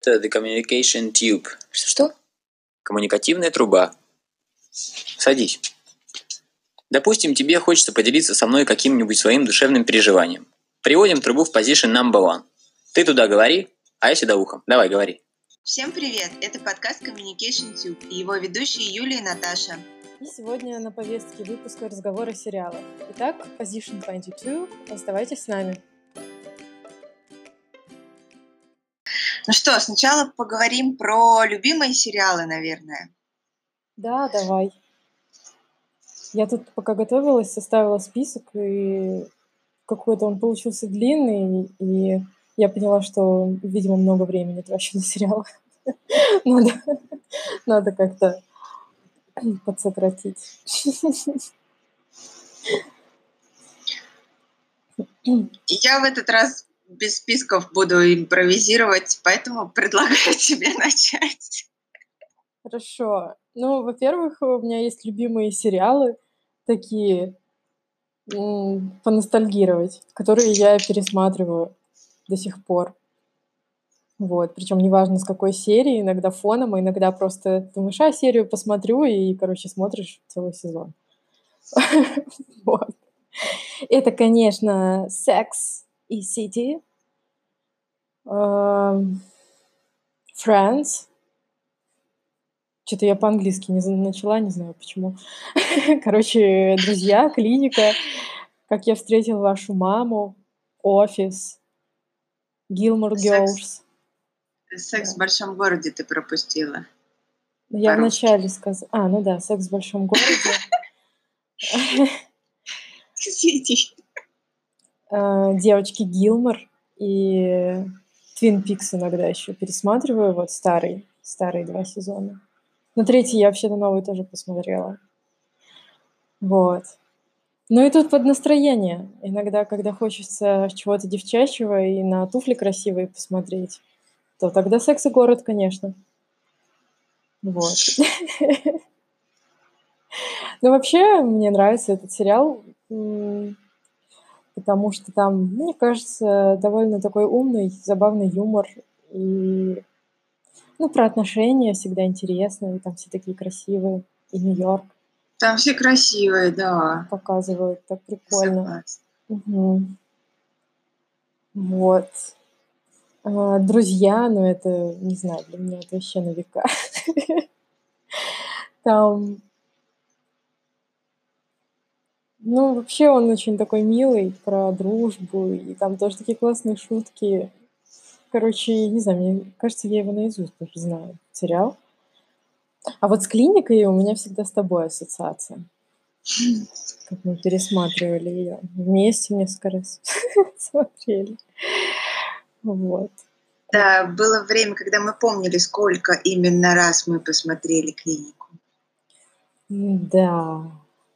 The communication tube. Что? Коммуникативная труба. Садись. Допустим, тебе хочется поделиться со мной каким-нибудь своим душевным переживанием. Приводим трубу в position number one. Ты туда говори, а я сюда ухом. Давай, говори. Всем привет! Это подкаст Communication Tube и его ведущие Юлия и Наташа. И сегодня на повестке выпуска разговор о сериалах. Итак, Position 22. Оставайтесь с нами. Ну что, сначала поговорим про любимые сериалы, наверное. Да, давай. Я тут пока готовилась, составила список, и какой-то он получился длинный, и я поняла, что, видимо, много времени трачу на сериалы. Надо как-то подсократить. Я в этот раз без списков буду импровизировать, поэтому предлагаю тебе начать. Хорошо. Ну, во-первых, у меня есть любимые сериалы, такие поностальгировать, которые я пересматриваю до сих пор. Вот, причем неважно с какой серии, иногда фоном, а иногда просто думаешь, серию посмотрю, и, короче, смотришь целый сезон. Вот. Это, конечно, Sex и City, Friends. Что-то я по-английски не начала, не знаю почему. Короче, друзья, клиника, Как я встретил вашу маму, Офис, Gilmore Girls. Секс в большом городе ты пропустила. Я вначале сказала... ну да, Секс в большом городе. Девочки Гилмор и Твин Пикс иногда еще пересматриваю. Вот старые 2 сезона. Но 3-й я вообще-то новый тоже посмотрела. Вот. Ну и тут под настроение. Иногда, когда хочется чего-то девчачьего и на туфли красивые посмотреть, то тогда «Секс и город», конечно. Вот. Ну, вообще, мне нравится этот сериал, потому что там, мне кажется, довольно такой умный, забавный юмор. И, про отношения всегда интересно, и там все такие красивые. И Нью-Йорк. Там все красивые, да. Показывают так прикольно. Угу. Вот. Друзья, это, не знаю, для меня это вообще на века. Там... вообще он очень такой милый, про дружбу, и там тоже такие классные шутки. Короче, не знаю, мне кажется, я его наизусть даже знаю, сериал. А вот с клиникой у меня всегда с тобой ассоциация. Как мы пересматривали ее вместе несколько раз смотрели. Вот. Да, было время, когда мы помнили, сколько именно раз мы посмотрели клинику. Да.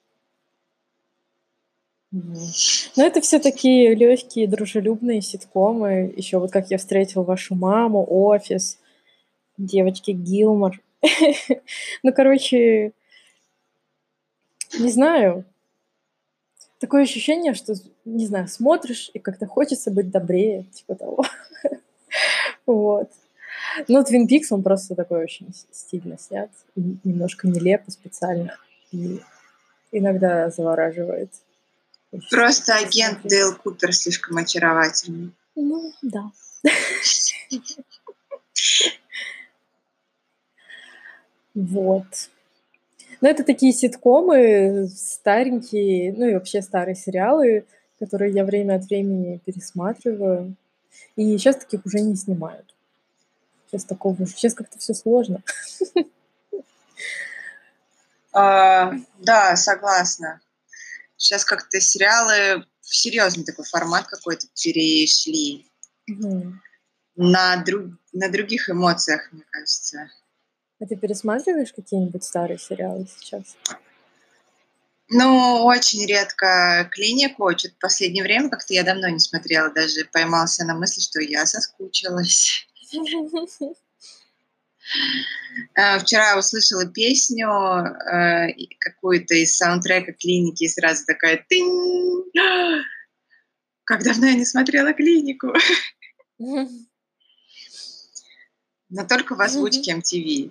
Но это все такие легкие, дружелюбные ситкомы. Еще вот «Как я встретил вашу маму», «Офис», «Девочки Гилмор». Короче, не знаю. Такое ощущение, что, не знаю, смотришь, и как-то хочется быть добрее, типа того. Вот. Твин Пикс, он просто такой очень стильно снят, немножко нелепо специально, и иногда завораживает. Просто агент Дейл Купер слишком очаровательный. Да. Вот. Это такие ситкомы старенькие, и вообще старые сериалы, которые я время от времени пересматриваю. И сейчас таких уже не снимают. Сейчас как-то все сложно. Да, согласна. Сейчас как-то сериалы в серьезный такой формат какой-то перешли. На других эмоциях, мне кажется. А ты пересматриваешь какие-нибудь старые сериалы сейчас? Очень редко клинику. Что-то в последнее время как-то я давно не смотрела. Даже поймался на мысли, что я соскучилась. Вчера услышала песню какую-то из саундтрека клиники и сразу такая тынь! Как давно я не смотрела клинику. Но только в озвучке MTV.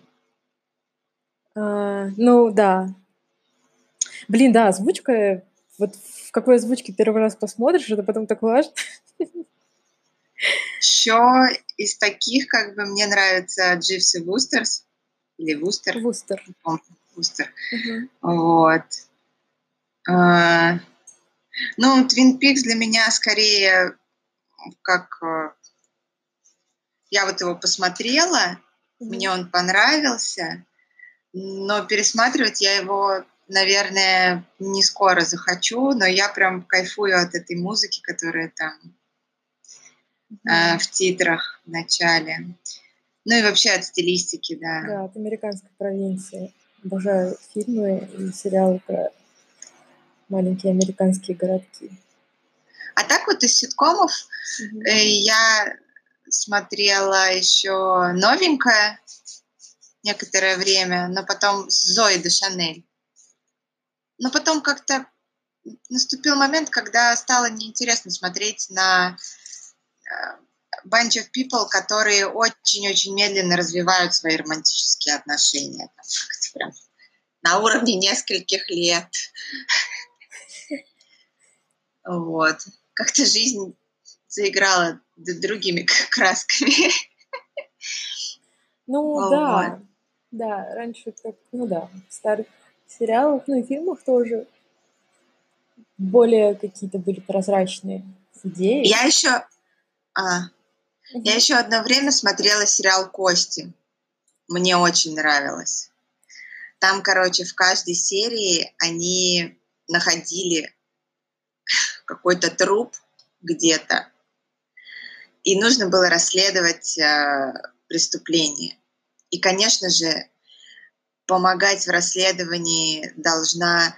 Ну, да. Блин, да, озвучка... Вот в какой озвучке первый раз посмотришь, это потом так важно. Еще из таких, как бы, мне нравится Дживс и Вустерс. Или Вустер. Вустер. Не помню. Вустер. Угу. Вот. Ну, Твин Пикс для меня скорее как... Я вот его посмотрела, мне он понравился, но пересматривать я его, наверное, не скоро захочу, но я прям кайфую от этой музыки, которая там в титрах в начале. Ну и вообще от стилистики, да. Да, от американской провинции. Обожаю фильмы и сериалы про маленькие американские городки. А так вот из ситкомов я смотрела еще новенькое некоторое время, но потом с Зоей де Шанель. Но потом как-то наступил момент, когда стало неинтересно смотреть на bunch of people, которые очень-очень медленно развивают свои романтические отношения. Там как-то прям на уровне нескольких лет. Вот. Как-то жизнь заиграла другими красками. Ну, да. Да, раньше как... Ну, да, в старых сериалах, ну и фильмах тоже более какие-то были прозрачные идеи. Я еще одно время смотрела сериал «Кости». Мне очень нравилось. Там, короче, в каждой серии они находили какой-то труп где-то, и нужно было расследовать преступление. И, конечно же, помогать в расследовании должна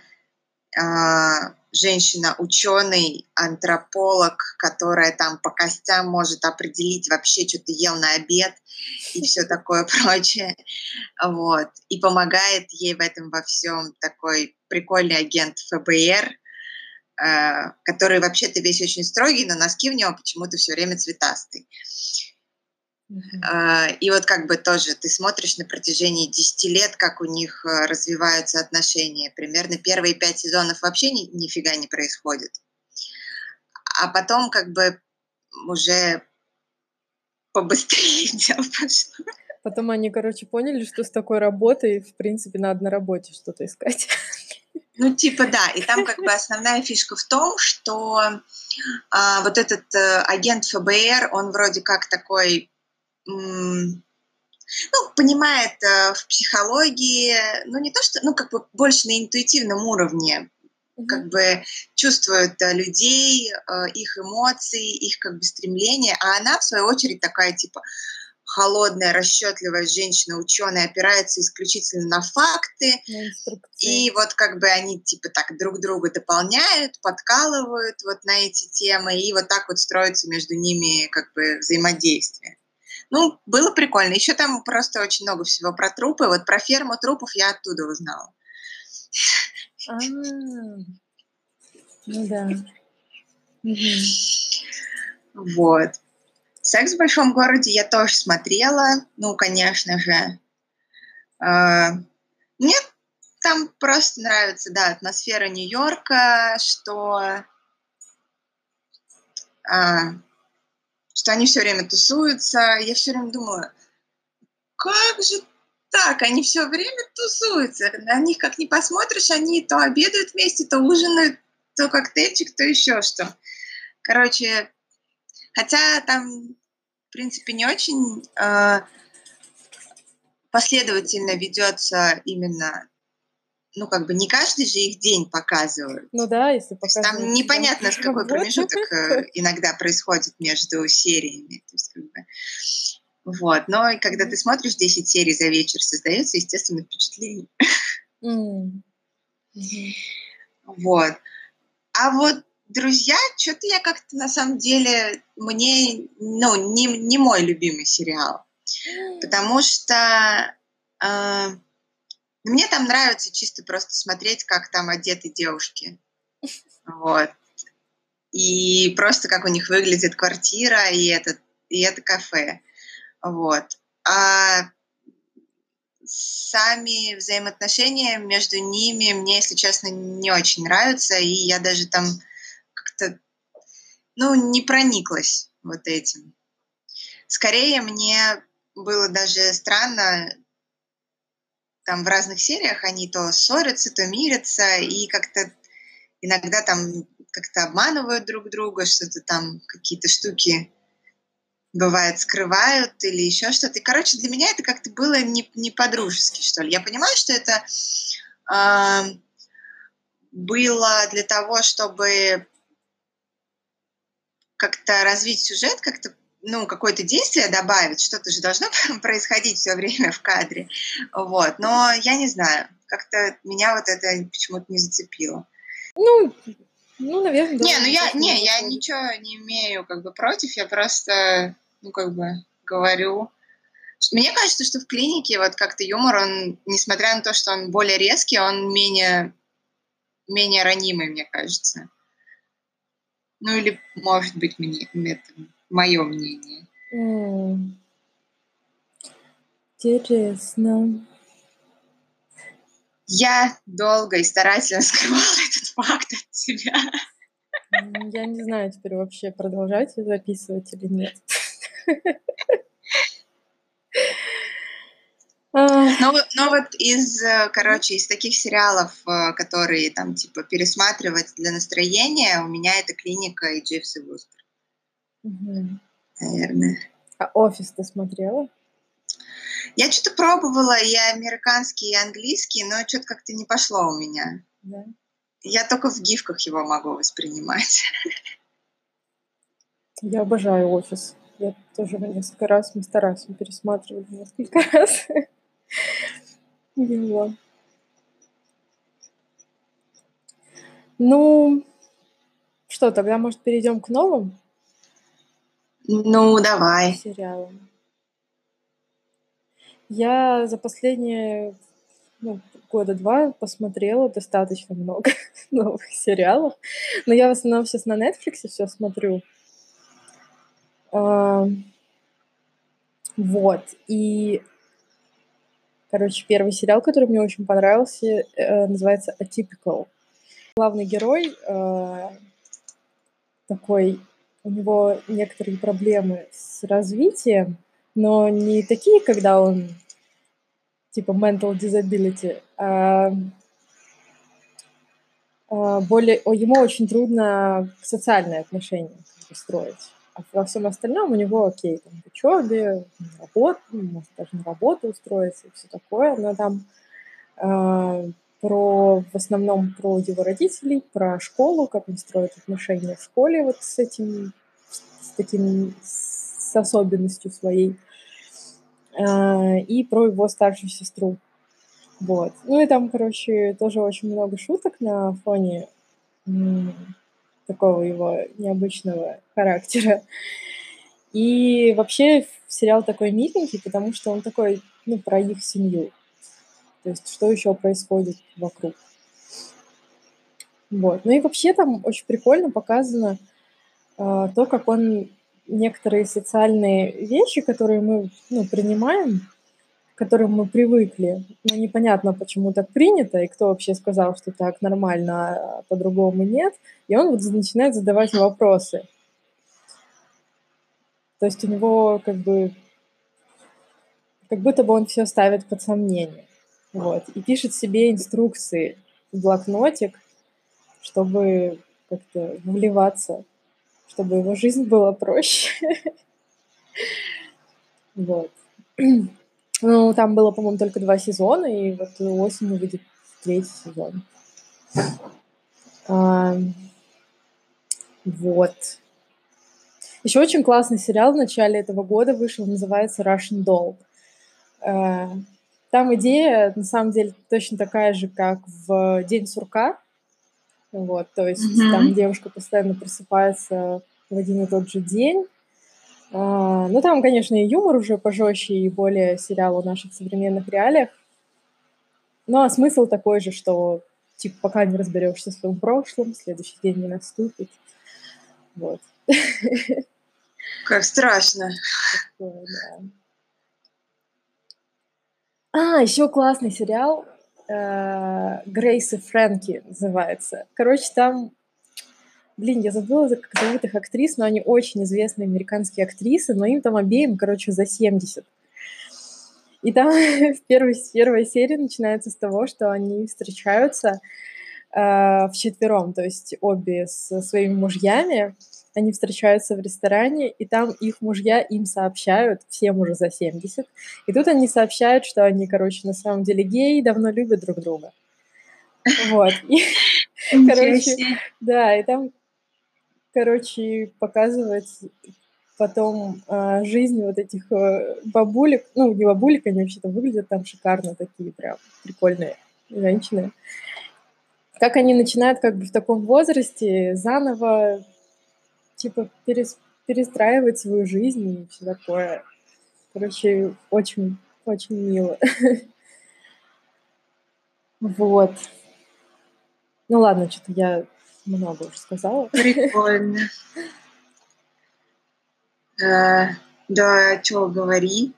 женщина-ученый, антрополог, которая там по костям может определить вообще, что ты ел на обед и все такое прочее. Вот. И помогает ей в этом во всем такой прикольный агент ФБР, который вообще-то весь очень строгий, но носки в него почему-то все время цветастые. И вот как бы тоже ты смотришь на протяжении 10 лет, как у них развиваются отношения. Примерно первые 5 сезонов вообще нифига не происходит. А потом как бы уже побыстрее дело пошло. Потом они, короче, поняли, что с такой работой, в принципе, надо на работе что-то искать. Ну, типа, да. И там как бы основная фишка в том, что вот этот агент ФБР, он вроде как такой... понимает в психологии, не то что, как бы больше на интуитивном уровне, как бы чувствует людей, их эмоции, их как бы стремления, а она, в свою очередь, такая, типа, холодная, расчетливая женщина, ученая, опирается исключительно на факты, и вот как бы они, типа, так друг друга дополняют, подкалывают вот на эти темы, и вот так вот строится между ними как бы взаимодействие. Ну, было прикольно. Еще там просто очень много всего про трупы. Вот про ферму трупов я оттуда узнала. Ну да. Вот. «Секс в большом городе» я тоже смотрела. Ну, конечно же. Мне там просто нравится, да, атмосфера Нью-Йорка, что они все время тусуются. Я все время думала, как же так? Они все время тусуются. На них как ни посмотришь, они то обедают вместе, то ужинают, то коктейльчик, то еще что. Короче, хотя там, в принципе, не очень последовательно ведется именно, как бы не каждый же их день показывают. Ну да, если показывают. Там непонятно, в какой промежуток иногда происходит между сериями. То есть, как бы, вот. Но когда ты смотришь 10 серий за вечер, создается, естественно, впечатление. Вот. А вот «Друзья», что-то я как-то на самом деле, мне, не мой любимый сериал. Потому что мне там нравится чисто просто смотреть, как там одеты девушки. Вот. И просто как у них выглядит квартира и это кафе. Вот. А сами взаимоотношения между ними мне, если честно, не очень нравятся, и я даже там как-то, не прониклась вот этим. Скорее, мне было даже странно, там в разных сериях они то ссорятся, то мирятся, и как-то иногда там как-то обманывают друг друга, что-то там, какие-то штуки, бывает, скрывают или еще что-то. И, короче, для меня это как-то было не по-дружески, что ли. Я понимаю, что это было для того, чтобы как-то развить сюжет, как-то какое-то действие добавить, что-то же должно происходить все время в кадре. Вот. Но я не знаю, как-то меня вот это почему-то не зацепило. Наверное, да. Я ничего не имею против, я просто, говорю. Мне кажется, что в клинике вот как-то юмор, он, несмотря на то, что он более резкий, он менее ранимый, мне кажется. Или, может быть, это мое мнение. Интересно. Я долго и старательно скрывала этот факт от себя. Я не знаю теперь вообще, продолжать записывать или нет. Но вот из таких сериалов, которые там типа пересматривать для настроения, у меня это «Клиника» и «Дживс и Вустер». Наверное. А «Офис» ты смотрела? Я что-то пробовала и американский, и английский, но что-то как-то не пошло у меня. Да. Я только в гифках его могу воспринимать. Я обожаю «Офис». Я тоже несколько раз, мы стараемся пересматривали несколько раз его. Что, тогда, может, перейдем к новым? Давай. Сериалам. Я за последние года 2 посмотрела достаточно много новых сериалов. Но я в основном сейчас на Netflix все смотрю. Вот. И, первый сериал, который мне очень понравился, называется «Atypical». Главный герой такой, у него некоторые проблемы с развитием, но не такие, когда он типа mental disability, ему очень трудно социальные отношения строить. А во всем остальном у него окей, там, в учебе, может даже на работу устроиться и все такое, но там в основном про его родителей, про школу, как он строит отношения в школе вот с особенностью своей, и про его старшую сестру. Вот. И там, тоже очень много шуток на фоне такого его необычного характера. И вообще сериал такой миленький, потому что он такой, про их семью. То есть что еще происходит вокруг. Вот. И вообще там очень прикольно показано то, как он некоторые социальные вещи, которые мы принимаем, к которым мы привыкли, но непонятно, почему так принято, и кто вообще сказал, что так нормально, а по-другому нет. И он начинает задавать вопросы. То есть у него как будто бы он все ставит под сомнение. Вот. И пишет себе инструкции в блокнотик, чтобы как-то вливаться, чтобы его жизнь была проще. Вот. Там было, по-моему, только 2 сезона, и вот осенью выйдет 3-й сезон. Вот. Еще очень классный сериал в начале этого года вышел, называется Russian Doll. Там идея, на самом деле, точно такая же, как в «День сурка». Вот, то есть там девушка постоянно просыпается в один и тот же день. Там, конечно, и юмор уже пожестче, и более сериал о наших современных реалиях. А смысл такой же, что типа пока не разберешься в своем прошлом, следующий день не наступит. Вот. Как страшно. Такое, да. Еще классный сериал «Грейс и Фрэнки» называется. Короче, там, я забыла, как зовут их актрис, но они очень известные американские актрисы, но им там обеим, за 70. И там в первой серии начинается с того, что они встречаются вчетвером, то есть обе со своими мужьями, они встречаются в ресторане, и там их мужья им сообщают, всем уже за 70, и тут они сообщают, что они, на самом деле геи, давно любят друг друга. Вот. И, да, и там, показывается потом жизнь вот этих бабулек, не бабулек, они вообще-то выглядят там шикарно, такие прям прикольные женщины. Как они начинают в таком возрасте заново перестраивать свою жизнь и все такое. Очень, очень мило. Вот. Ну ладно, что-то я много уже сказала. Прикольно. Да, что говори.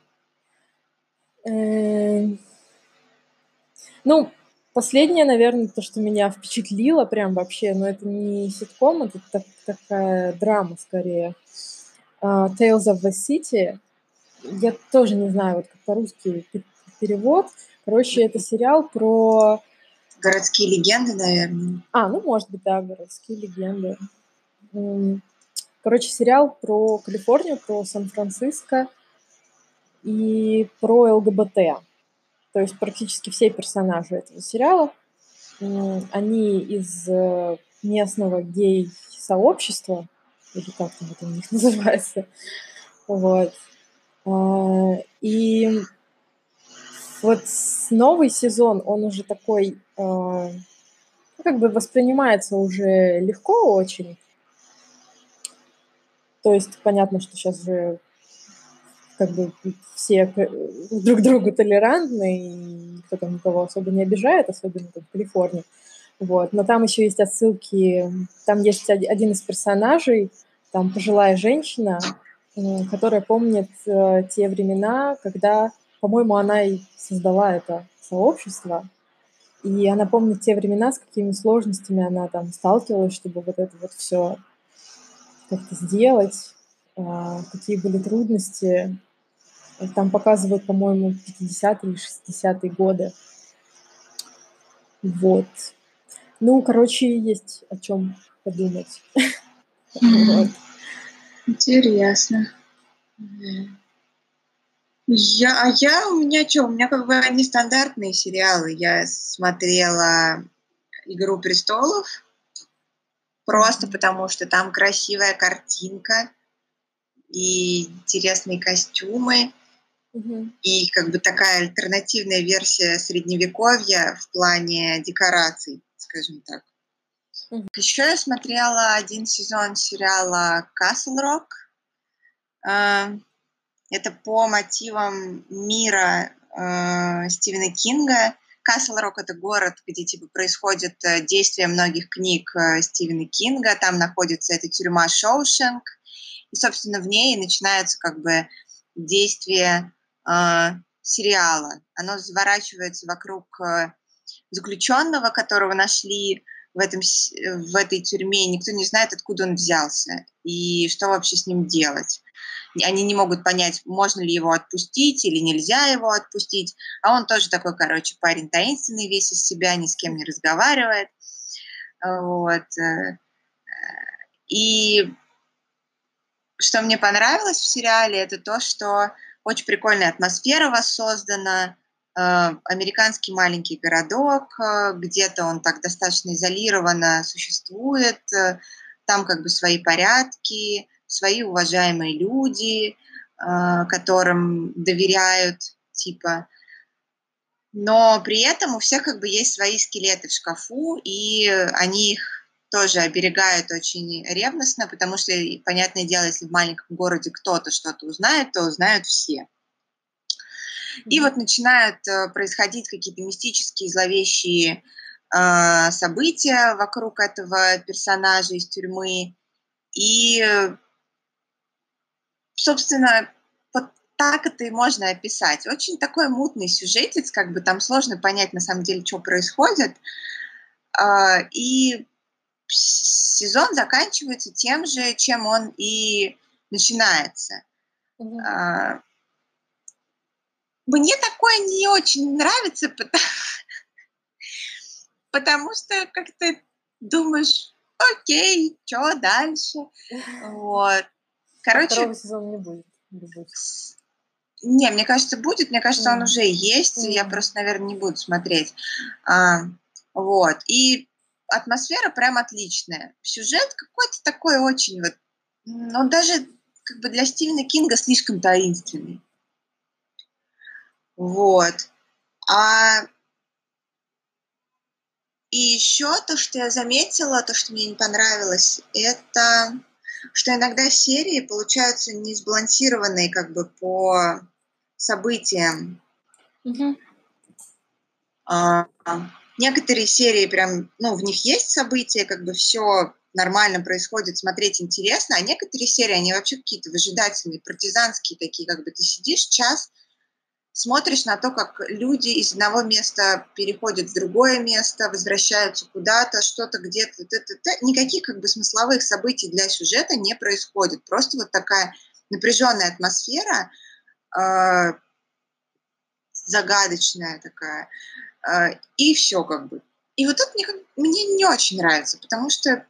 Последнее, наверное, то, что меня впечатлило прям вообще, но это не ситком, это такая драма скорее. Tales of the City. Я тоже не знаю, как по-русски перевод. Это сериал про... Городские легенды, наверное. Может быть, да, городские легенды. Сериал про Калифорнию, про Сан-Франциско и про ЛГБТ. То есть практически все персонажи этого сериала, они из местного гей-сообщества, или как там это у них называется. Вот. И вот новый сезон, он уже такой, воспринимается уже легко очень. То есть понятно, что сейчас же все друг другу толерантны, и никто там никого особо не обижает, особенно в Калифорнии. Вот. Но там еще есть отсылки. Там есть один из персонажей, там пожилая женщина, которая помнит те времена, когда, по-моему, она и создала это сообщество. И она помнит те времена, с какими сложностями она там сталкивалась, чтобы вот это вот все как-то сделать, какие были трудности. Там показывают, по-моему, 50-е или 60-е годы. Вот. Есть о чем подумать. Интересно. У меня нестандартные сериалы. Я смотрела «Игру престолов», просто потому что там красивая картинка и интересные костюмы. И такая альтернативная версия средневековья в плане декораций, скажем так. Еще я смотрела один сезон сериала «Castle Rock». Это по мотивам мира Стивена Кинга. Castle Rock — это город, где происходит действие многих книг Стивена Кинга. Там находится эта тюрьма Шоушенк. И, собственно, в ней начинается действие сериала. Оно заворачивается вокруг заключенного, которого нашли в этой тюрьме. Никто не знает, откуда он взялся и что вообще с ним делать. Они не могут понять, можно ли его отпустить или нельзя его отпустить. А он тоже такой, парень таинственный весь из себя, ни с кем не разговаривает. Вот. И что мне понравилось в сериале, это то, что очень прикольная атмосфера воссоздана. Американский маленький городок, где-то он так достаточно изолированно существует. Там свои порядки, свои уважаемые люди, которым доверяют, но при этом у всех есть свои скелеты в шкафу, и они их тоже оберегают очень ревностно, потому что, понятное дело, если в маленьком городе кто-то что-то узнает, то узнают все. И вот начинают происходить какие-то мистические, зловещие события вокруг этого персонажа из тюрьмы. И, собственно, так это и можно описать. Очень такой мутный сюжетец, как бы там сложно понять, на самом деле, что происходит. И сезон заканчивается тем же, чем он и начинается. Мне такое не очень нравится, потому что как-то думаешь, окей, что дальше? Вот. Короче, второго сезона не будет. Не, мне кажется, будет. Мне кажется, он уже есть. Я просто, наверное, не буду смотреть. Вот. И атмосфера прям отличная. Сюжет какой-то такой очень вот... Он даже как бы для Стивена Кинга слишком таинственный. Вот. И еще то, что я заметила, то, что мне не понравилось, это что иногда серии получаются не сбалансированные как бы по событиям. Некоторые серии прям, в них есть события, как бы все нормально происходит, смотреть интересно, а некоторые серии, они вообще какие-то выжидательные, партизанские такие, как бы ты сидишь час, смотришь на то, как люди из одного места переходят в другое место, возвращаются куда-то, что-то где-то, никаких как бы смысловых событий для сюжета не происходит, просто вот такая напряженная атмосфера, загадочная такая, и все как бы. И вот это мне не очень нравится, потому что,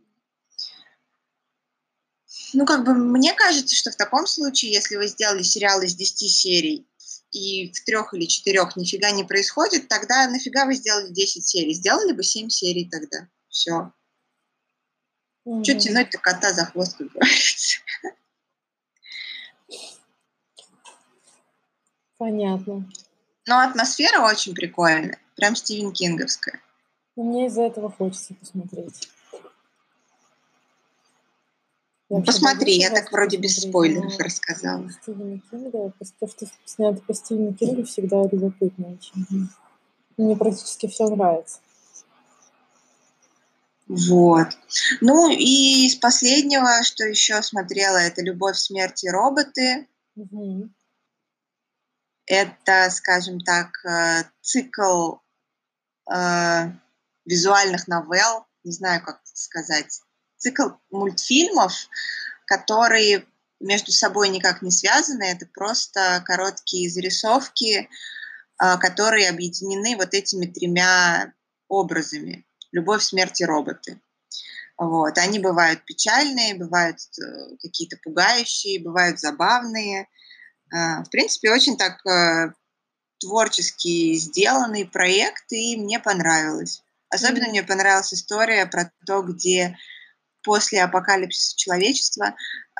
мне кажется, что в таком случае, если вы сделали сериал из 10 серий, и в 3 или 4 нифига не происходит, тогда нафига вы сделали 10 серий? Сделали бы 7 серий тогда. Все. Что тянуть-то кота за хвост, как говорится. Понятно. Но атмосфера очень прикольная. Прям Стивен Кинговская. Мне из-за этого хочется посмотреть. Посмотри, я так вроде без спойлеров рассказала. Стивена Кинга, то, что снято по Стивену Кингу, всегда любопытно очень. Мне практически все нравится. Вот. И из последнего, что еще смотрела, это «Любовь, смерть и роботы». Это, скажем так, цикл визуальных новелл, не знаю, как сказать, цикл мультфильмов, которые между собой никак не связаны, это просто короткие зарисовки, которые объединены вот этими 3 образами: любовь, смерть и роботы. Вот. Они бывают печальные, бывают какие-то пугающие, бывают забавные. В принципе, очень так творчески сделанный проект, и мне понравилось. Особенно мне понравилась история про то, где после апокалипсиса человечества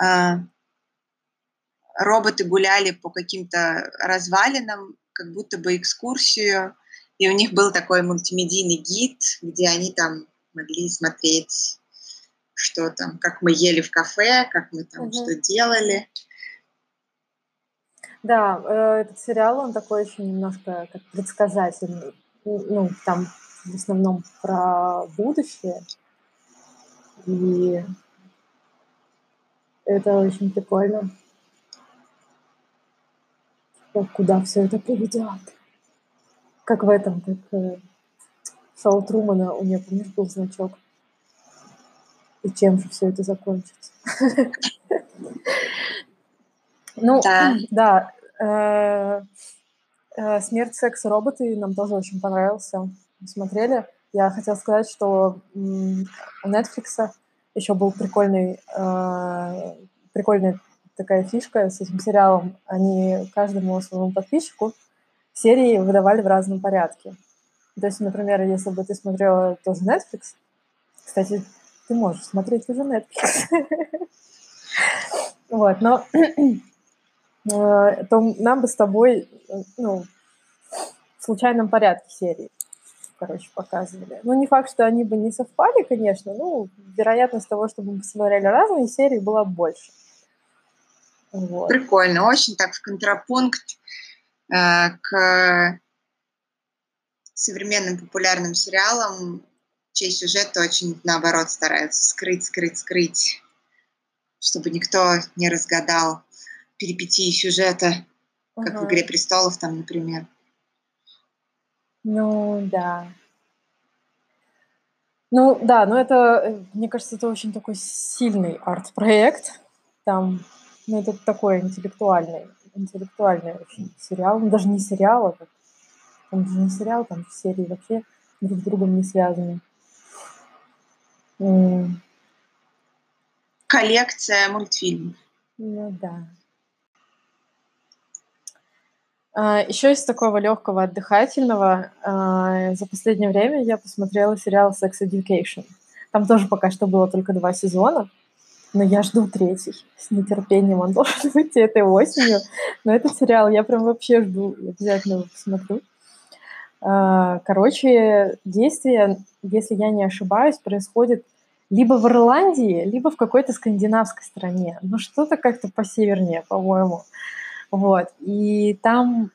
роботы гуляли по каким-то развалинам, как будто бы экскурсию, и у них был такой мультимедийный гид, где они там могли смотреть, что там, как мы ели в кафе, как мы там что делали. Да, этот сериал, он такой очень немножко как предсказательный. Там в основном про будущее. И это очень прикольно. Куда все это приведет. Как в этом, как шоу Трумана, у меня, помнишь, был значок. И чем же все это закончится? Да. «Смерть, секс и роботы» нам тоже очень понравился. Смотрели. Я хотела сказать, что у Netflix еще был прикольная такая фишка с этим сериалом. Они каждому своему подписчику серии выдавали в разном порядке. То есть, например, если бы ты смотрела тоже Netflix, кстати, ты можешь смотреть уже Netflix, вот, но то нам бы с тобой, в случайном порядке серии, показывали. Не факт, что они бы не совпали, конечно, вероятность того, чтобы мы посмотрели разные серии, была больше. Вот. Прикольно, очень так в контрапункт к современным популярным сериалам, чей сюжет очень, наоборот, стараются скрыть, чтобы никто не разгадал перипетии сюжета, как в «Игре престолов» там, например. Ну, да. Ну, да, но это, мне кажется, это очень такой сильный арт-проект. Там, ну, это такой интеллектуальный очень сериал. Ну, даже не сериал, а там же не сериал, там серии вообще друг с другом не связаны. Коллекция мультфильмов. Ну, да. Еще из такого легкого, отдыхательного, за последнее время я посмотрела сериал Sex Education. Там тоже пока что было только 2 сезона, но я жду 3 с нетерпением. Он должен выйти этой осенью. Но этот сериал я прям вообще жду, обязательно его посмотрю. Короче, действие, если я не ошибаюсь, происходит либо в Ирландии, либо в какой-то скандинавской стране. Ну, что-то как-то посевернее, по-моему. Вот. И там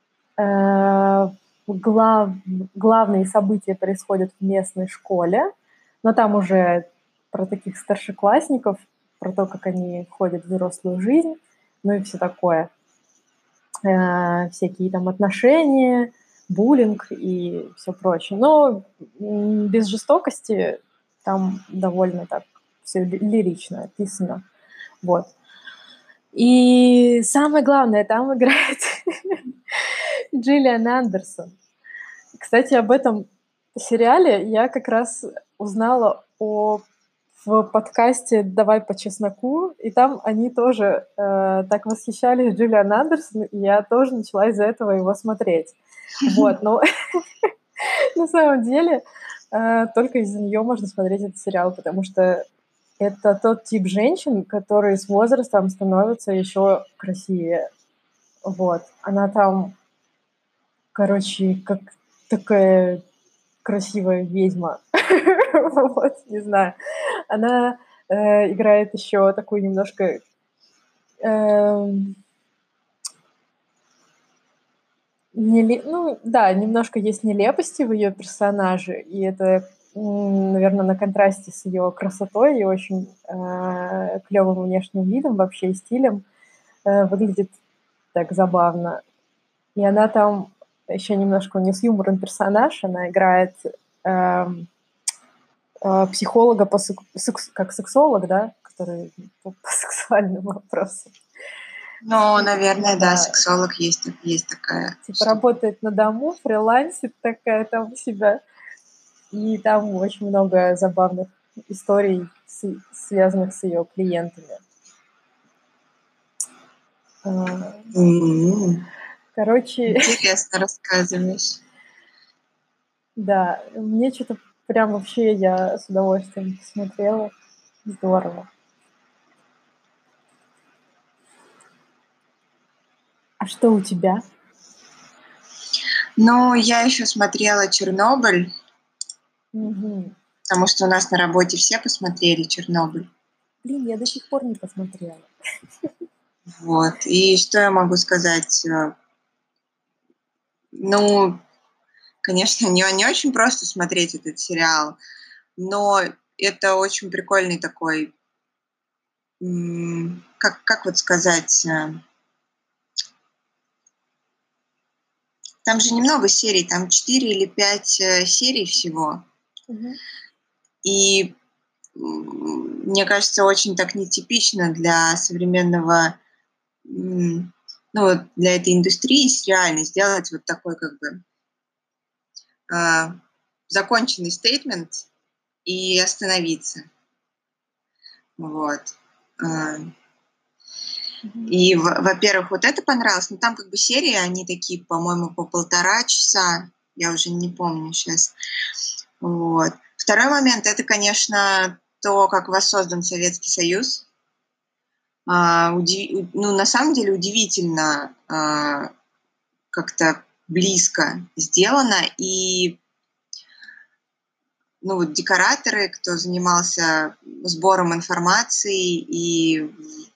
главные события происходят в местной школе, но там уже про таких старшеклассников, про то, как они входят в взрослую жизнь, ну и все такое. Всякие там отношения, буллинг и все прочее. Но без жестокости, там довольно так все лирично описано. Вот. И самое главное, там играет Джиллиан Андерсон. Кстати, об этом сериале я как раз узнала в подкасте «Давай по чесноку», и там они тоже так восхищались Джиллиан Андерсон, и я тоже начала из-за этого его смотреть. Вот, но на самом деле только из-за нее можно смотреть этот сериал, потому что это тот тип женщин, которые с возрастом становятся еще красивее. Вот. Она там, короче, как такая красивая ведьма. Вот, не знаю. Она играет еще такую немножко... Ну, да, немножко есть нелепости в ее персонаже, и это, наверное, на контрасте с ее красотой и очень клевым внешним видом, вообще и стилем, выглядит так забавно. И она там еще немножко, у нее с юмором персонаж, она играет психолога как сексолог, да, который по сексуальным вопросам. Ну, наверное, да, сексолог есть такая. Типа работает на дому, фрилансит такая там у себя. И там очень много забавных историй, связанных с ее клиентами. Короче... Интересно рассказываешь. Да, мне что-то прям вообще я с удовольствием посмотрела. Здорово. А что у тебя? Ну, я еще смотрела «Чернобыль», потому что у нас на работе все посмотрели «Чернобыль». Блин, я до сих пор не посмотрела. Вот. И что я могу сказать? Ну, конечно, не очень просто смотреть этот сериал, но это очень прикольный такой, как вот сказать, там же немного серий, там 4 или 5 серий всего. И мне кажется, очень так нетипично для современного, ну, для этой индустрии сериальной сделать вот такой как бы законченный стейтмент и остановиться. Вот. И, во-первых, вот это понравилось. Но там как бы серии, они такие, по-моему, по 1,5 часа. Я уже не помню сейчас. Вот. Второй момент – это, конечно, то, как воссоздан Советский Союз. Ну, на самом деле удивительно как-то близко сделано. И ну, вот декораторы, кто занимался сбором информации и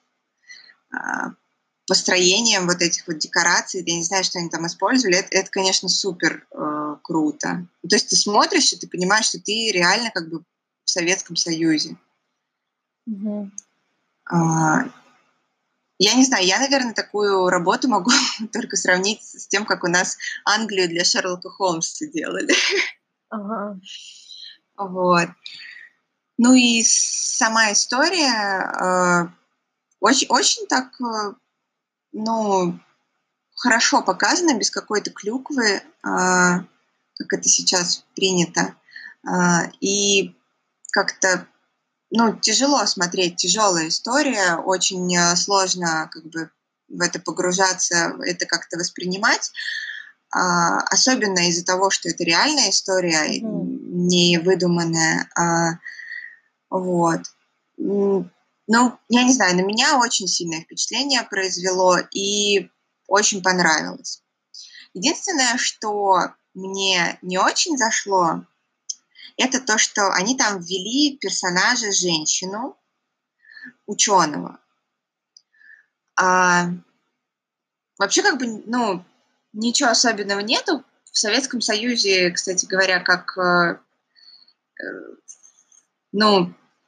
построением вот этих вот декораций, я не знаю, что они там использовали, это конечно, супер круто. То есть ты смотришь, и ты понимаешь, что ты реально как бы в Советском Союзе. Я не знаю, я, наверное, такую работу могу только сравнить с тем, как у нас Англию для Шерлока Холмса делали. Ага. Вот. Ну и сама история очень, очень так, ну, хорошо показана, без какой-то клюквы, как это сейчас принято. И как-то, ну, тяжело смотреть, тяжелая история, очень сложно как бы в это погружаться, это как-то воспринимать, особенно из-за того, что это реальная история, не выдуманная. Вот. Ну, я не знаю, на меня очень сильное впечатление произвело и очень понравилось. Единственное, что мне не очень зашло, это то, что они там ввели персонажа женщину, ученого. Вообще, как бы, ну, ничего особенного нету. В Советском Союзе, кстати говоря, как, ну,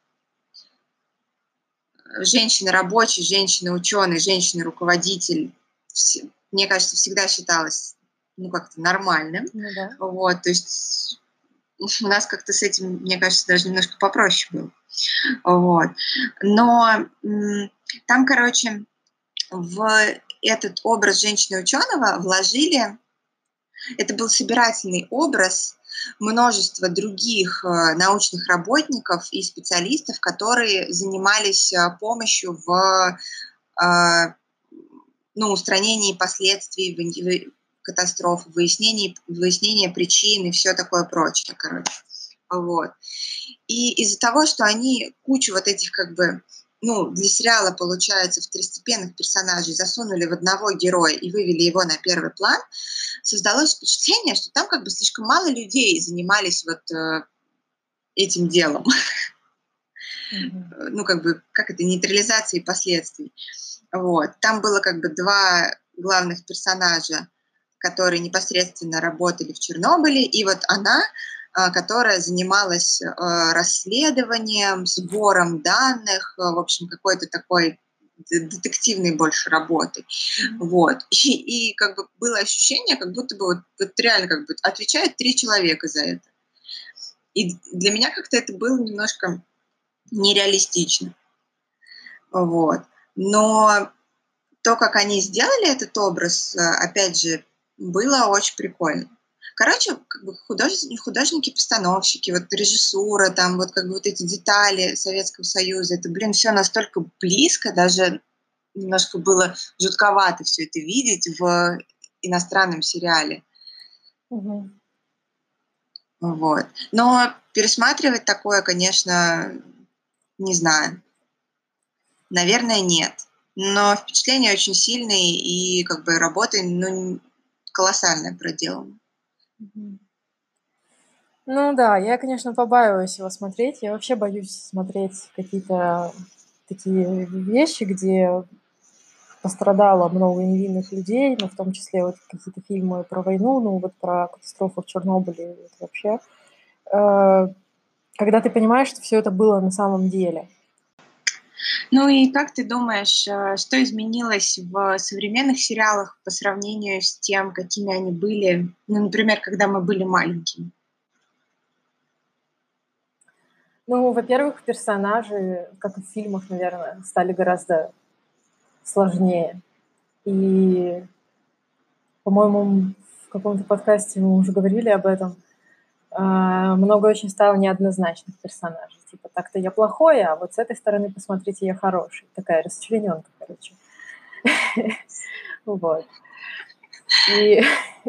женщина-рабочий, женщина-ученый, женщина-руководитель, мне кажется, всегда считалось, ну, как-то нормальным. Ну да. Вот, то есть у нас как-то с этим, мне кажется, даже немножко попроще было. Вот. Но там, короче, в этот образ женщины-ученого вложили, это был собирательный образ множества других научных работников и специалистов, которые занимались помощью в устранении последствий катастроф, выяснение причин и все такое прочее, короче. Вот. И из-за того, что они кучу вот этих как бы, ну, для сериала, получается, второстепенных персонажей засунули в одного героя и вывели его на первый план, создалось впечатление, что там как бы слишком мало людей занимались вот этим делом. Ну, как бы, как это, нейтрализацией последствий. Вот. Там было как бы два главных персонажа, которые непосредственно работали в Чернобыле, и вот она, которая занималась расследованием, сбором данных, в общем, какой-то такой детективной больше работой. Вот. И как бы было ощущение, как будто бы вот реально как бы отвечают 3 человека за это. И для меня как-то это было немножко нереалистично. Вот. Но то, как они сделали этот образ, опять же, было очень прикольно. Короче, как бы художники-постановщики, вот режиссура, там вот как бы вот эти детали Советского Союза, это, блин, все настолько близко, даже немножко было жутковато все это видеть в иностранном сериале. Угу. Вот. Но пересматривать такое, конечно, не знаю. Наверное, нет. Но впечатления очень сильные, и как бы работа, ну, колоссальная проделана. Ну да, я, конечно, побаиваюсь его смотреть. Я вообще боюсь смотреть какие-то такие вещи, где пострадало много невинных людей, но в том числе вот какие-то фильмы про войну, ну вот про катастрофу в Чернобыле вот вообще. Когда ты понимаешь, что все это было на самом деле. Ну и как ты думаешь, что изменилось в современных сериалах по сравнению с тем, какими они были, ну, например, когда мы были маленькими? Ну, во-первых, персонажи, как и в фильмах, наверное, стали гораздо сложнее. И, по-моему, в каком-то подкасте мы уже говорили об этом. Много очень стало неоднозначных персонажей. Типа, так-то я плохой, а вот с этой стороны, посмотрите, я хороший. Такая расчлененка, короче. Вот. И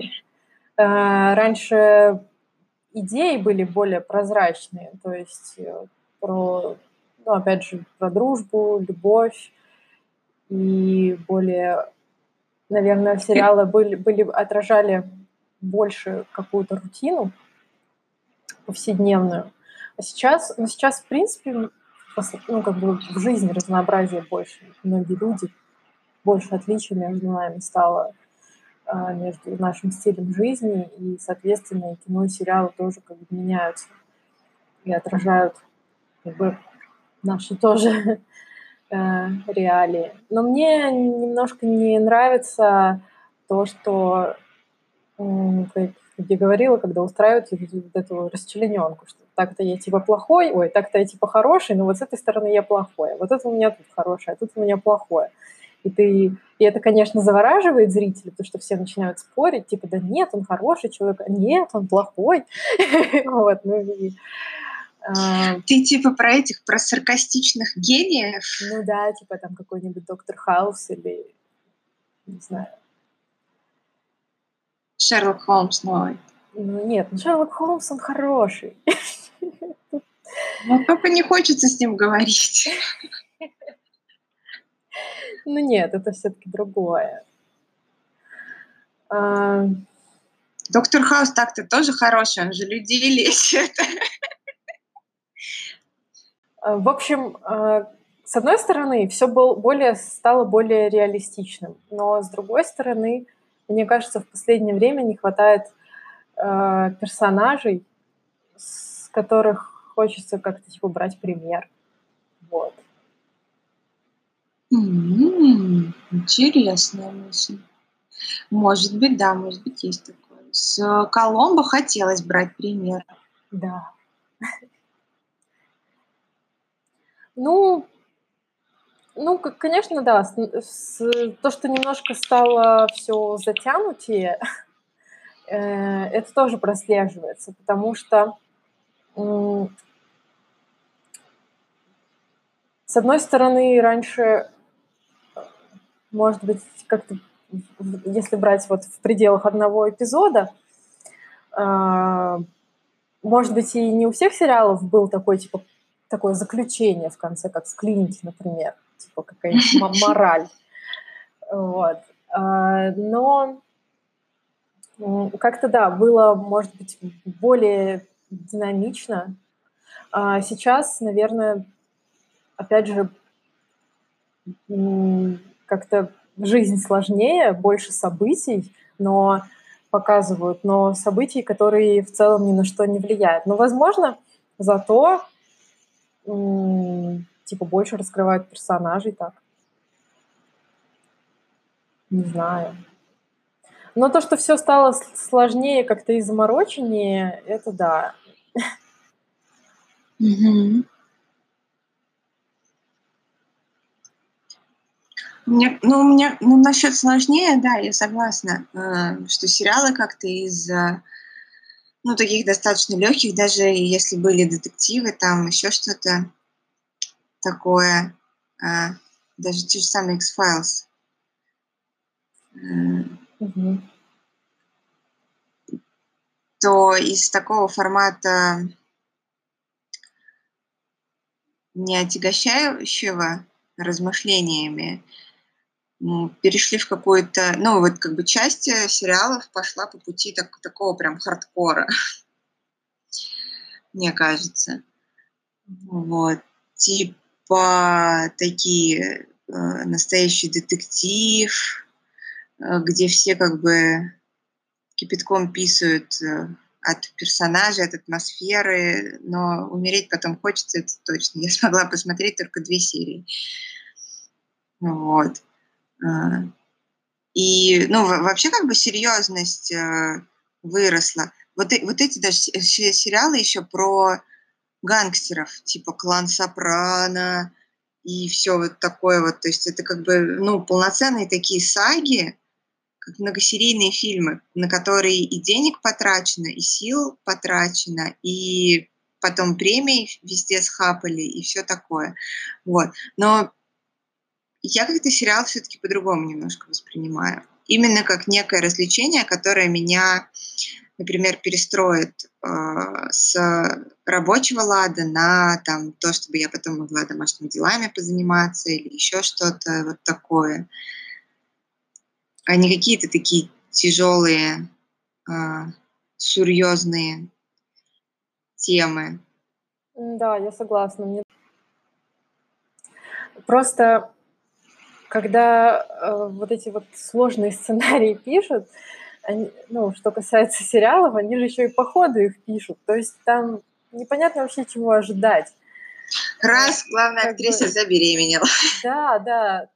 раньше идеи были более прозрачные, то есть про, ну, опять же, про дружбу, любовь, и более, наверное, сериалы отражали больше какую-то рутину повседневную. А сейчас, в принципе, ну, как бы в жизни разнообразия больше. Многие люди, больше отличий между нами стало, между нашим стилем жизни, и, соответственно, и кино, и сериалы тоже как бы меняются и отражают как бы наши тоже реалии. Но мне немножко не нравится то, что, как я говорила, когда устраивают вот эту расчлененку, что так-то я типа плохой, ой, так-то я типа хороший, но вот с этой стороны я плохой, вот это у меня тут хорошее, а тут у меня плохое. И это, конечно, завораживает зрителей, потому что все начинают спорить, типа, да нет, он хороший человек, а нет, он плохой. Вот, Ты типа про саркастичных гениев? ну да, типа там какой-нибудь Доктор Хаус или, не знаю. Шерлок Холмс новый. Ну нет, Шерлок Холмс, он хороший. Но только не хочется с ним говорить. Ну нет, это все-таки другое. Доктор Хаус так-то тоже хороший, он же людей лечит. В общем, с одной стороны, все стало более реалистичным, но с другой стороны, мне кажется, в последнее время не хватает персонажей, с которых хочется как-то типа брать пример. Вот. Интересная мысль. Может быть, да, может быть, есть такое. С Коломбо хотелось брать пример. Да. Ну, конечно, да. То, что немножко стало все затянутее, это тоже прослеживается, потому что, с одной стороны, раньше, может быть, как-то, если брать вот в пределах одного эпизода, может быть, и не у всех сериалов был такое заключение в конце, как в «Клинике», например, типа какая-нибудь мораль. Вот. Но как-то, да, было, может быть, более динамично. Сейчас, наверное, опять же, как-то жизнь сложнее, больше событий, но событий, которые в целом ни на что не влияют. Но, возможно, зато типа больше раскрывают персонажей так. Не знаю. Но то, что все стало сложнее как-то и замороченнее, это да. У меня, насчет сложнее, да, я согласна, что сериалы как-то из таких достаточно легких, даже если были детективы, там еще что-то такое, даже те же самые X-Files, то из такого формата не отягощающего размышлениями перешли в какую-то, часть сериалов пошла по пути такого прям хардкора, мне кажется. Вот. Типа такие настоящий детектив, где все как бы кипятком писают от персонажей, от атмосферы, но умереть потом хочется, это точно. Я смогла посмотреть только 2 серии. Вот. И, вообще как бы серьезность выросла. Вот эти даже сериалы еще про гангстеров, типа «Клан Сопрано» и все вот такое вот. То есть это как бы, полноценные такие саги, как многосерийные фильмы, на которые и денег потрачено, и сил потрачено, и потом премии везде схапали, и все такое. Вот. Но я как-то сериал все-таки по-другому немножко воспринимаю. Именно как некое развлечение, которое меня, например, перестроит с рабочего лада на то, чтобы я потом могла домашними делами позаниматься или еще что-то вот такое. А не какие-то такие тяжелые, серьезные темы. Да, я согласна. Просто когда вот эти вот сложные сценарии пишут, что касается сериалов, они же еще и по ходу их пишут. То есть там непонятно вообще, чего ожидать. Раз главная как актриса бы- забеременела. Да, да.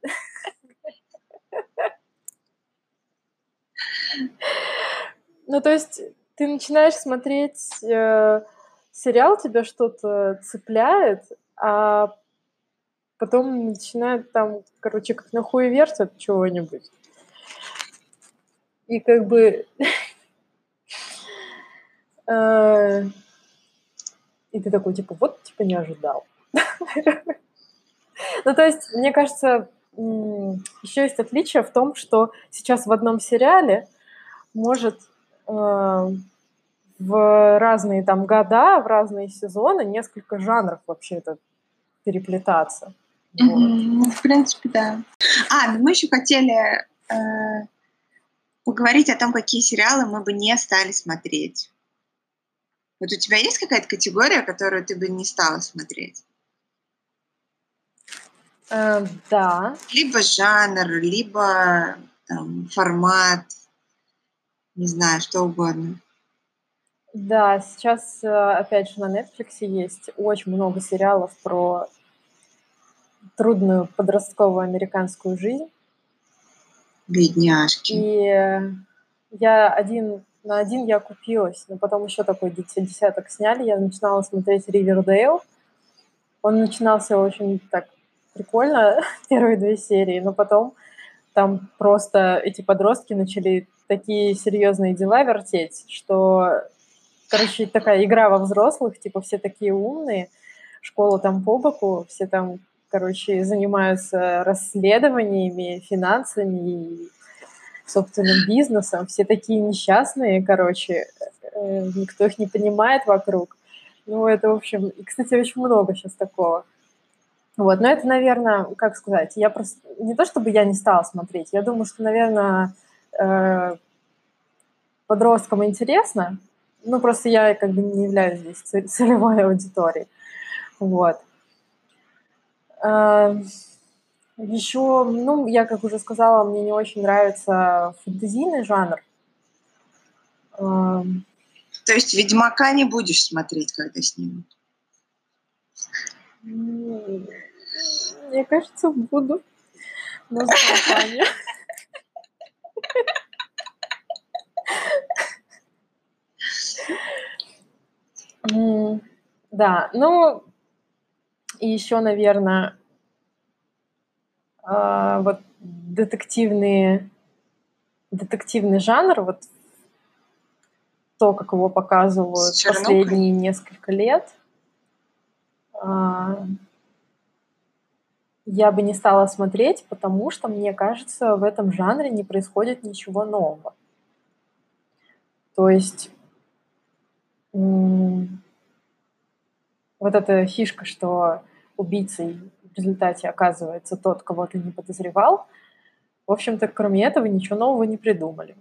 Ну, то есть ты начинаешь смотреть сериал, тебя что-то цепляет, а потом начинает там, короче, как на хуй вертят чего-нибудь. И как бы... И ты такой, типа, вот, типа, не ожидал. Ну, то есть, мне кажется, еще есть отличие в том, что сейчас в одном сериале может в разные там года, в разные сезоны несколько жанров вообще это переплетаться. Вот. Ну, в принципе, да. Ну мы еще хотели поговорить о том, какие сериалы мы бы не стали смотреть. Вот у тебя есть какая-то категория, которую ты бы не стала смотреть? Да. Либо жанр, либо там, формат, не знаю, что угодно. Да, сейчас, опять же, на Netflix есть очень много сериалов про трудную подростковую американскую жизнь. Бедняжки. И на один я купилась, но потом еще такой десяток сняли. Я начинала смотреть «Ривердейл». Он начинался очень так прикольно, первые 2 серии, но потом там просто эти подростки начали такие серьезные дела вертеть, что, короче, такая игра во взрослых, типа все такие умные, школа там по боку, все там, короче, занимаются расследованиями, финансами и собственным бизнесом, все такие несчастные, короче, никто их не понимает вокруг. Ну, это, в общем, и, кстати, очень много сейчас такого. Вот, но это, наверное, как сказать, я просто... Не то чтобы я не стала смотреть, я думаю, что, наверное, подросткам интересно, ну, просто я как бы не являюсь здесь целевой аудиторией. Вот. Еще, ну, я, как уже сказала, мне не очень нравится фэнтезийный жанр. То есть «Ведьмака» не будешь смотреть, когда снимут? Мне кажется, буду. Но за компанию. Да, ну, и еще, наверное, вот детективный жанр, вот то, как его показывают последние несколько лет, я бы не стала смотреть, потому что, мне кажется, в этом жанре не происходит ничего нового. То есть вот эта фишка, что убийцей в результате оказывается тот, кого ты не подозревал, в общем-то, кроме этого ничего нового не придумали.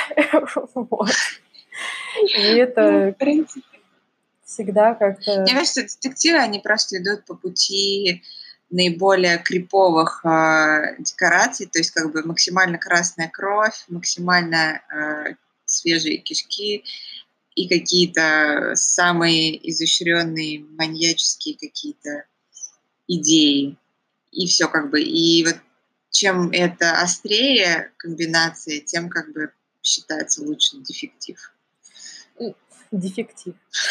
И это всегда как-то... Мне кажется, детективы, они просто идут по пути наиболее криповых декораций, то есть как бы максимально красная кровь, максимально свежие кишки и какие-то самые изощренные маньяческие какие-то идеи. И все как бы. И вот чем это острее комбинация, тем как бы считается лучше дефектив. Дефектив.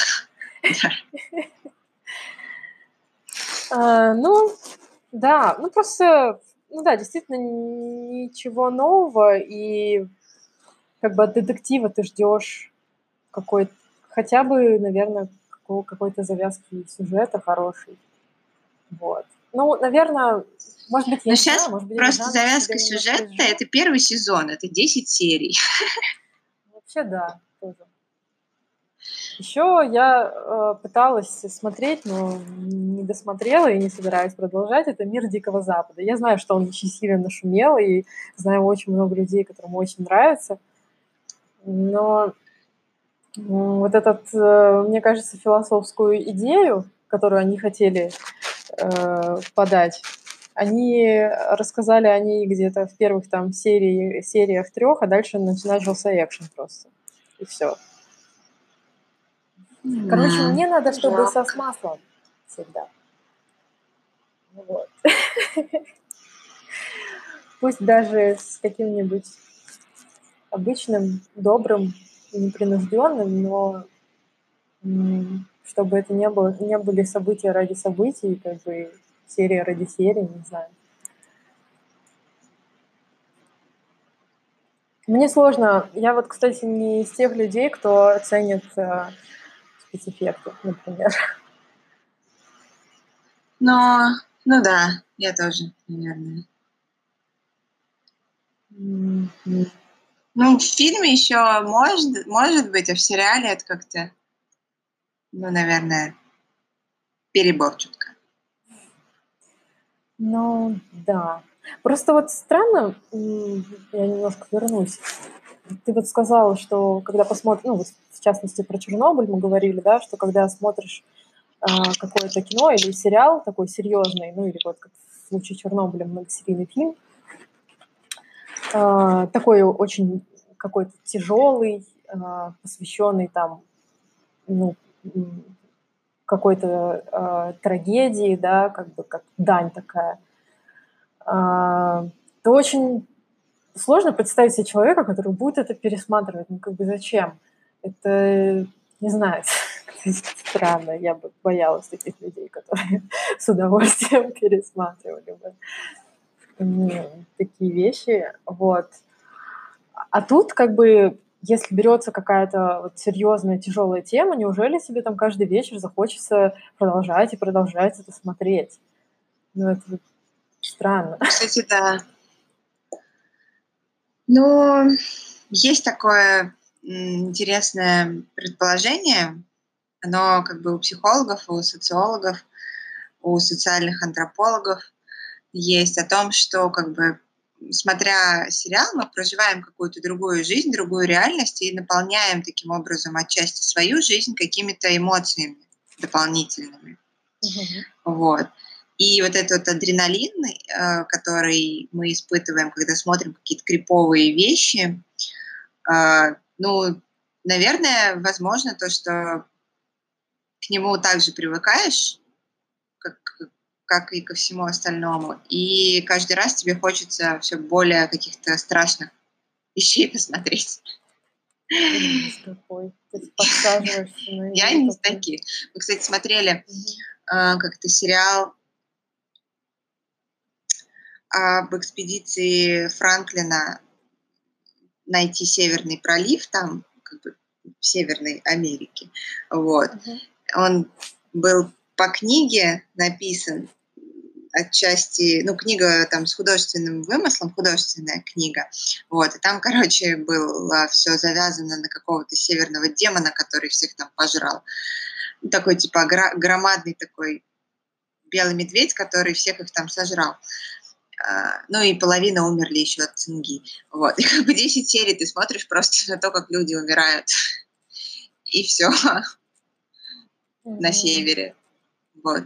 Ну, да, ну просто, ну да, действительно ничего нового, и как бы от детектива ты ждешь какой-то, хотя бы, наверное, какой-то завязки сюжета хороший. Вот. Ну, наверное, может быть, я не сейчас знаю, может быть, просто завязка сюжета — это первый сезон, это 10 серий. Вообще, да, тоже. Еще я пыталась смотреть, но не досмотрела и не собираюсь продолжать. Это «Мир Дикого Запада». Я знаю, что он очень сильно нашумел, и знаю очень много людей, которым очень нравится. Но вот этот, мне кажется, философскую идею, которую они хотели подать, они рассказали о ней где-то в первых там сериях 3, а дальше начался экшен просто. И все. Короче, мне надо, чтобы со маслом всегда. Вот. Пусть даже с каким-нибудь обычным, добрым и непринужденным, но чтобы это не были события ради событий, как бы серия ради серии, не знаю. Мне сложно. Я вот, кстати, не из тех людей, кто ценит спецэффекты, например. Ну да, я тоже, наверное. Ну, в фильме еще может быть, а в сериале это как-то, ну, наверное, перебор чутка. Ну, да. Просто вот странно, я немножко вернусь. Ты вот сказала, что когда посмотришь, ну, вот в частности про Чернобыль мы говорили, да, что когда смотришь какое-то кино или сериал такой серьезный, ну, или вот как в случае Чернобыля многосерийный фильм, такой очень какой-то тяжелый, посвященный там, ну, какой-то трагедии, да, как бы как дань такая, то очень сложно представить себе человека, который будет это пересматривать. Ну, как бы зачем? Это, не знаю, странно. Я бы боялась таких людей, которые с удовольствием пересматривали бы такие вещи. Вот. А тут как бы, если берется какая-то вот серьезная, тяжелая тема, неужели себе там каждый вечер захочется продолжать и продолжать это смотреть? Ну, это странно. Кстати, да. Ну, есть такое интересное предположение. Оно как бы у психологов, у социологов, у социальных антропологов есть о том, что как бы смотря сериал, мы проживаем какую-то другую жизнь, другую реальность и наполняем таким образом отчасти свою жизнь какими-то эмоциями дополнительными. Вот. И вот этот вот адреналин, который мы испытываем, когда смотрим какие-то криповые вещи, ну, наверное, возможно то, что к нему также привыкаешь, как и ко всему остальному. И каждый раз тебе хочется все более каких-то страшных вещей посмотреть. Ужас какой. Ты подсаживаешься на Я не из таких. Мы, кстати, смотрели как-то сериал об экспедиции Франклина найти Северный пролив, там как бы в Северной Америке. Вот. Он был по книге написан отчасти, ну, книга там с художественным вымыслом, художественная книга. Вот. И там, короче, было все завязано на какого-то северного демона, который всех там пожрал. Такой, типа, громадный такой белый медведь, который всех их там сожрал. Ну и половина умерли еще от цинги. Вот. И как бы 10 серий ты смотришь просто на то, как люди умирают. И все на севере. Вот.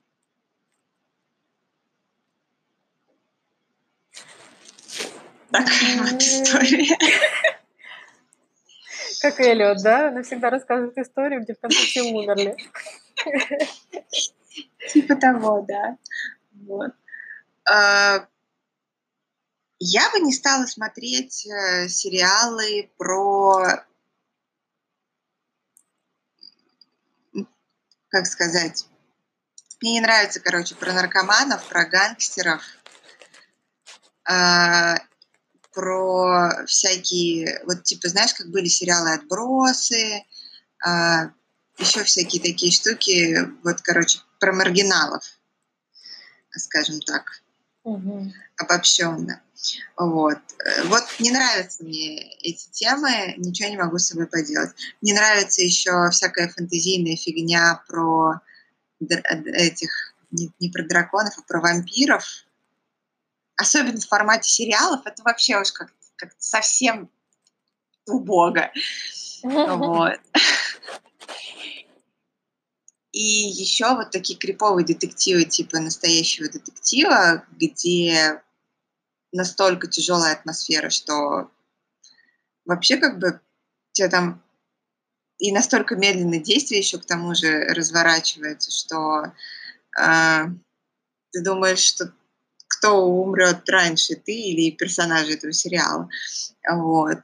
Такая вот история. Как Эллиот, да? Она всегда рассказывает историю, где в конце все умерли. Типа того, да. Вот. Я бы не стала смотреть сериалы про, как сказать, мне не нравится, короче, про наркоманов, про гангстеров, про всякие, вот типа, знаешь, как были сериалы «Отбросы», еще всякие такие штуки, вот, короче, про маргиналов, скажем так, обобщенно. Вот. Вот не нравятся мне эти темы, ничего не могу с собой поделать. Мне нравится еще всякая фэнтезийная фигня про этих, не про драконов, а про вампиров. Особенно в формате сериалов, это вообще уж как совсем убого. Вот. И еще вот такие криповые детективы, типа настоящего детектива, где настолько тяжелая атмосфера, что вообще как бы тебя там и настолько медленное действие еще к тому же разворачивается, что ты думаешь, что кто умрет раньше, ты или персонажи этого сериала. Вот.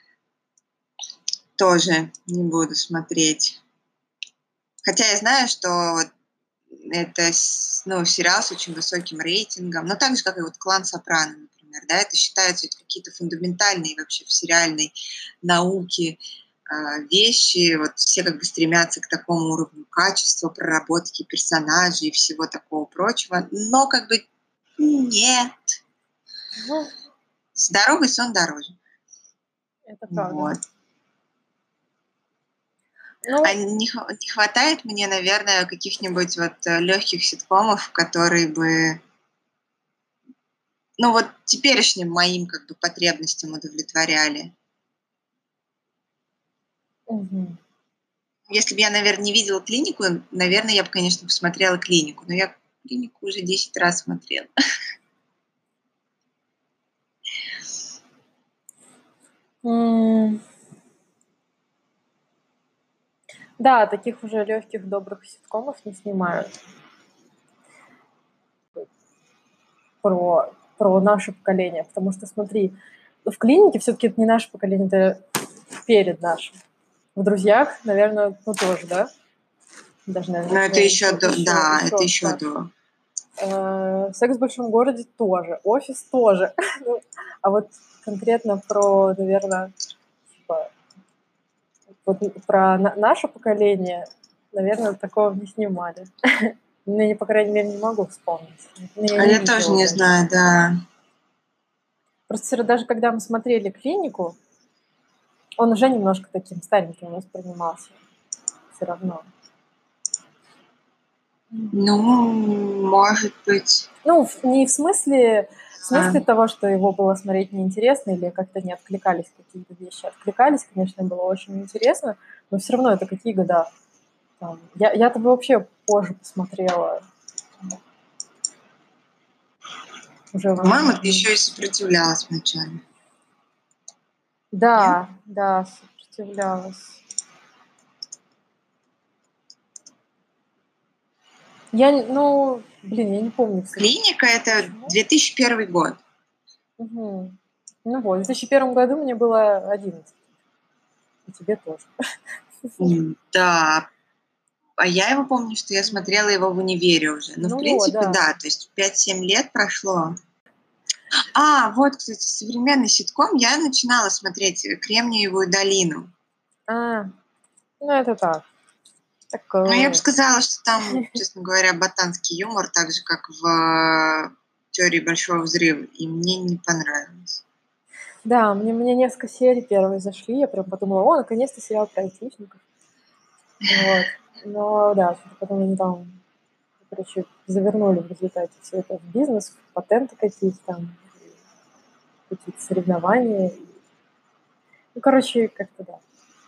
Тоже не буду смотреть. Хотя я знаю, что это сериал с очень высоким рейтингом, но так же, как и вот «Клан Сопрано», например, да, это считаются какие-то фундаментальные вообще в сериальной науке вещи, вот все как бы стремятся к такому уровню качества, проработки персонажей и всего такого прочего, но как бы нет. С дорогой сон дороже. Это правда. Вот. Ну, А не хватает мне, наверное, каких-нибудь вот легких ситкомов, которые бы, ну вот теперешним моим как бы потребностям удовлетворяли. мгм. Если бы я, наверное, не видела «Клинику», наверное, я бы, конечно, посмотрела «Клинику», но я «Клинику» уже 10 раз смотрела. М, Да, таких уже легких, добрых ситкомов не снимают. Про наше поколение. Потому что, смотри, в «Клинике» все-таки это не наше поколение, это перед нашим. В «Друзьях», наверное, ну тоже, да? Даже, наверное, Но это еще до, да, это еще старше. до. «Секс в большом городе» тоже, «Офис» тоже. Ну, а вот конкретно про, наверное, типа, вот про наше поколение, наверное, такого не снимали. Ну, я, по крайней мере, не могу вспомнить. Ну, я А не я тоже видела не даже. знаю, да. Просто даже когда мы смотрели «Клинику», он уже немножко таким стареньким воспринимался. Все равно. Ну, может быть. Ну, не в смысле того, что его было смотреть неинтересно или как-то не откликались какие-то вещи. Откликались, конечно, было очень интересно, но все равно это какие года? Там, я-то бы вообще позже посмотрела. Уже По-моему, ты еще и сопротивлялась вначале. Да, сопротивлялась. Я не помню. «Клиника» — это 2001 год. Угу. Ну вот, в 2001 году мне было 11. И тебе тоже. Да. А я его помню, что я смотрела его в универе уже. Ну, в принципе, да. То есть 5-7 лет прошло. Вот, кстати, современный ситком. Я начинала смотреть «Кремниевую долину». Ну это так. Ну, я бы сказала, что там, честно говоря, ботанский юмор, так же, как в «Теории большого взрыва». И мне не понравилось. Да, мне несколько серий первые зашли, я прям подумала, наконец-то сериал про айтишников. Вот. Но да, потом они там, короче, завернули в результате все это в бизнес, в патенты какие-то там, какие-то соревнования. Ну, короче, как-то да.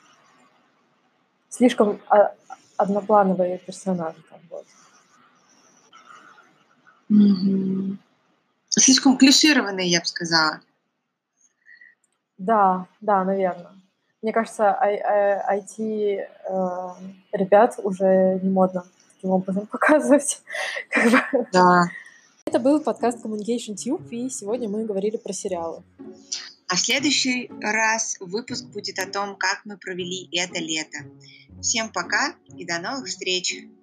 Слишком одноплановые персонажи там вот. Угу. Слишком клишированные, я бы сказала. Да, наверное. Мне кажется, IT ребят уже не модно таким образом показывать. Да. Это был подкаст Communication Tube, и сегодня мы говорили про сериалы. А в следующий раз выпуск будет о том, как мы провели это лето. Всем пока и до новых встреч!